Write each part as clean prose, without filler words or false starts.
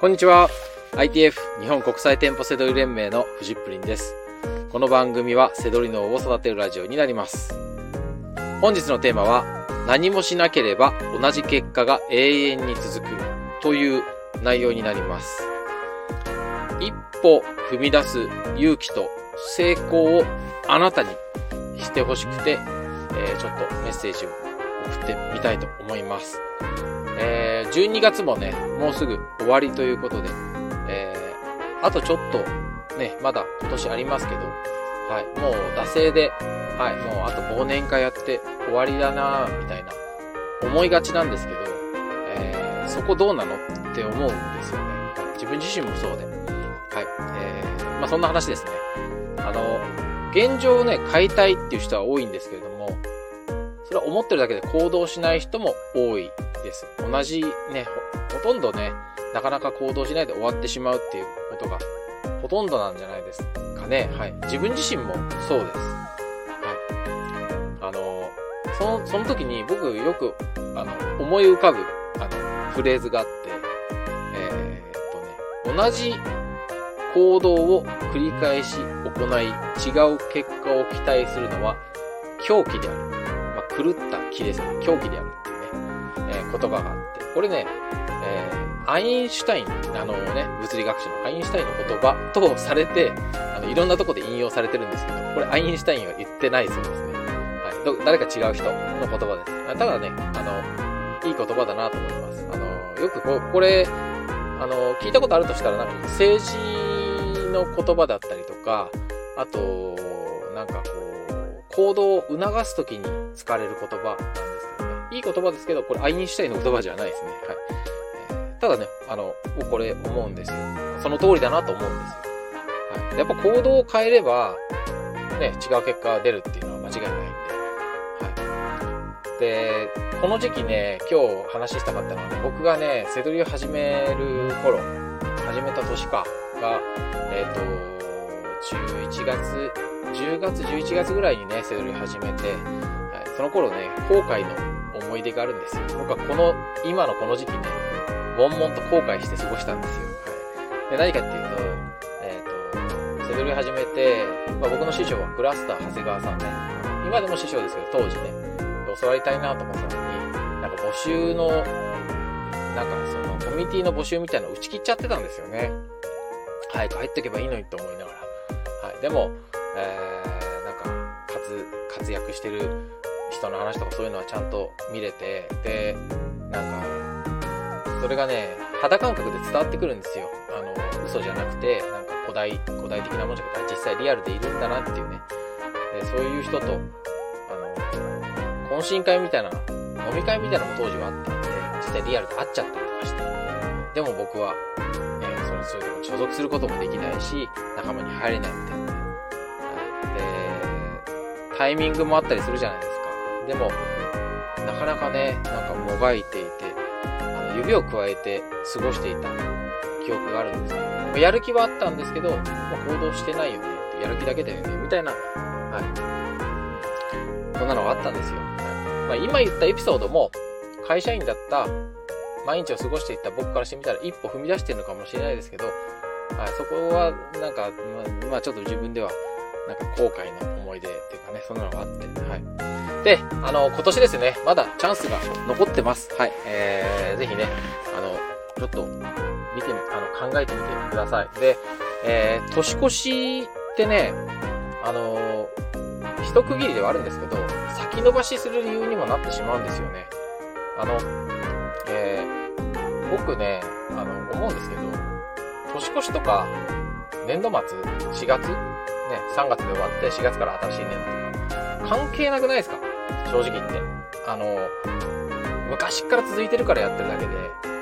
こんにちは。ITF 日本国際店舗セドリ連盟のフジップリンです。この番組はセドリ脳を育てるラジオになります。本日のテーマは、何もしなければ同じ結果が永遠に続くという内容になります。一歩踏み出す勇気と成功をあなたにしてほしくて、ちょっとメッセージを送ってみたいと思います。12月もね、もうすぐ終わりということで、あとちょっとね、まだ今年ありますけど、はい、もう惰性で、はい、もうあと忘年会やって終わりだなみたいな思いがちなんですけど、そこどうなのって思うんですよね。自分自身もそうで、はい、そんな話ですね。現状をね変えたいっていう人は多いんですけれども、それは思ってるだけで行動しない人も多いです。同じね、ほとんどね、なかなか行動しないで終わってしまうっていうことがほとんどなんじゃないですかね。はい。自分自身もそうです。はい。その時に僕よく思い浮かぶフレーズがあって、同じ行動を繰り返し行い違う結果を期待するのは狂気である。狂った気ですね。狂気であるっていうね、言葉があって、これね、アインシュタイン、物理学者のアインシュタインの言葉とされて、いろんなとこで引用されてるんですけど、これアインシュタインは言ってないそうですね。はい。誰か違う人の言葉です。ただね、いい言葉だなと思います。よくこれ、聞いたことあるとしたら、政治の言葉だったりとか、あと、行動を促すときに使われる言葉なんですけどね。いい言葉ですけど、これアインシュタインの言葉じゃないですね。はい。ただね、これ思うんですよ。その通りだなと思うんですよ。はい。やっぱ行動を変えれば、ね、違う結果が出るっていうのは間違いないんで。はい。で、この時期ね、今日話したかったのはね、僕がね、セドリを始めた年が、10月、11月ぐらいにね、セドリ始めて、はい、その頃ね、後悔の思い出があるんですよ。僕は今のこの時期ね、悶々と後悔して過ごしたんですよ。はい。で、何かっていうと、セドリ始めて、僕の師匠はクラスター長谷川さんね、今でも師匠ですけど、当時ね、教わりたいなと思ってたのに、募集の、コミュニティの募集みたいなの打ち切っちゃってたんですよね。早く入っておけばいいのにと思いながら。はい。でも、活躍してる人の話とかそういうのはちゃんと見れて、で、それがね、肌感覚で伝わってくるんですよ。嘘じゃなくて、古代的なものじゃなくて、実際リアルでいるんだなっていうね。で、そういう人と、懇親会みたいな、飲み会みたいなのも当時はあったんで、実際リアルで会っちゃったりとかして。でも僕は、そういうところに所属することもできないし、仲間に入れないみたいな。タイミングもあったりするじゃないですか。でも、なかなかね、もがいていて、指を加えて過ごしていた記憶があるんですけど、やる気はあったんですけど、行動してないよねって、やる気だけだよね、みたいな、はい。そんなのがあったんですよ。はい。今言ったエピソードも、会社員だった、毎日を過ごしていった僕からしてみたら一歩踏み出してるのかもしれないですけど、はい、そこは、ちょっと自分では、後悔の思い出っていうかね、そんなのがあって、はい。で、今年ですね、まだチャンスが残ってます。はい。ぜひね、ちょっと考えてみてください。で、年越しってね、一区切りではあるんですけど、先延ばしする理由にもなってしまうんですよね。僕ね、思うんですけど、年越しとか、年度末、4月ね、3月で終わって4月から新しい年度とか関係なくないですか？正直言って。昔から続いてるからやってるだけで、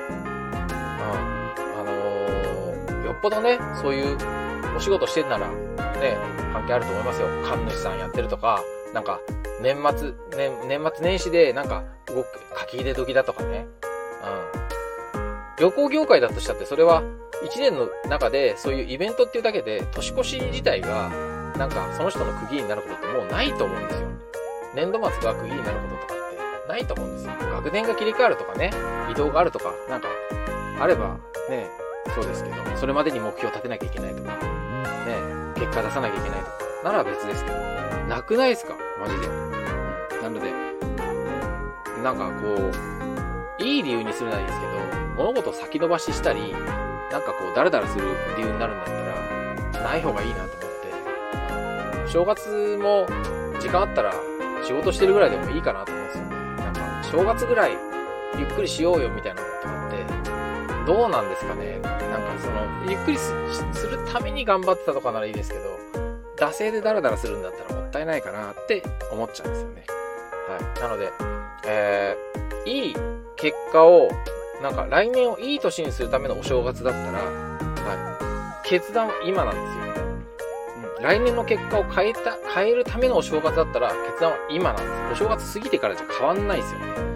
よっぽどね、そういうお仕事してるなら、ね、関係あると思いますよ。神主さんやってるとか、年末年始で書き入れ時だとかね。旅行業界だとしたってそれは1年の中でそういうイベントっていうだけで年越し自体がその人の区切りになることってもうないと思うんですよ。年度末が区切りになることとかってないと思うんですよ。学年が切り替わるとかね、移動があるとかあればね、 そうですけど、それまでに目標を立てなきゃいけないとか、ね、結果出さなきゃいけないとか、なら別ですけど、なくないですかマジで。なので、なんかこう、いい理由にするならいいですけど、物事を先延ばししたり、なんかこう、ダラダラする理由になるんだったら、ない方がいいなと思って、正月も時間あったら仕事してるぐらいでもいいかなと思うんですよね。なんか、正月ぐらいゆっくりしようよみたいなことがあって、どうなんですかね。なんかその、ゆっくりするために頑張ってたとかならいいですけど、惰性でダラダラするんだったらもったいないかなって思っちゃうんですよね。はい。なので、いい結果を、なんか来年をいい年にするためのお正月だったら、はい。決断は今なんですよ。来年の結果を変えるためのお正月だったら、決断は今なんです。お正月過ぎてからじゃ変わんないですよね。はい。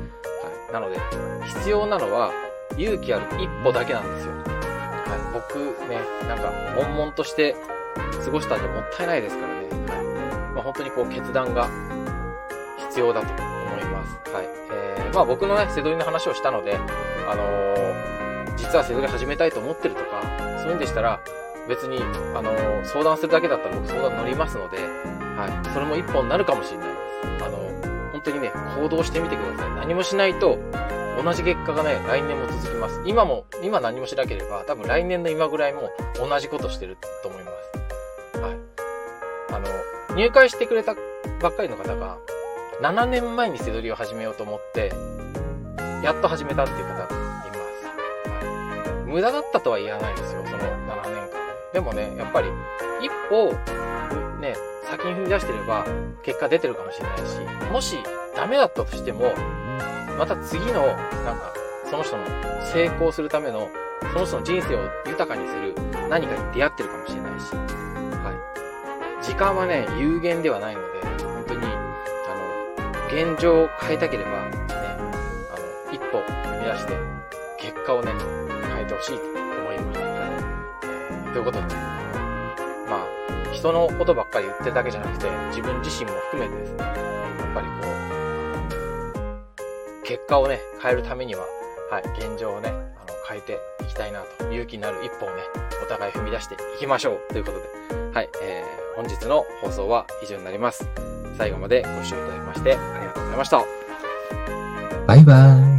なので、必要なのは、勇気ある一歩だけなんですよ。はい。僕ね、なんか、悶々として過ごしたんでもったいないですからね。はい。まあ本当にこう決断が必要だと思います。はい。まあ僕のね、背取りの話をしたので、実は背取り始めたいと思ってるとか、そういうんでしたら、別に、相談するだけだったら僕相談乗りますので、はい。それも一本になるかもしれないです。本当にね、行動してみてください。何もしないと、同じ結果がね、来年も続きます。今何もしなければ、多分来年の今ぐらいも同じことしてると思います。はい。入会してくれたばっかりの方が、7年前に背取りを始めようと思って、やっと始めたっていう方がいます。はい。無駄だったとは言わないですよ、その7年間。でもね、やっぱり、一歩、ね、先に踏み出してれば、結果出てるかもしれないし、もしダメだったとしても、また次の、なんか、その人の成功するための、その人の人生を豊かにする何かに出会ってるかもしれないし、はい。時間はね、有限ではないので、本当に、現状を変えたければ、ね、一歩踏み出して、結果をね、変えてほしいと思います。はい。ということでね、まあ、人のことばっかり言ってるだけじゃなくて、自分自身も含めてですね、やっぱりこう、結果をね、変えるためには、はい、現状をね、変えていきたいなと、勇気になる一歩をね、お互い踏み出していきましょうということで、はい、本日の放送は以上になります。最後までご視聴いただきましてありがとうございました。 バイバイ。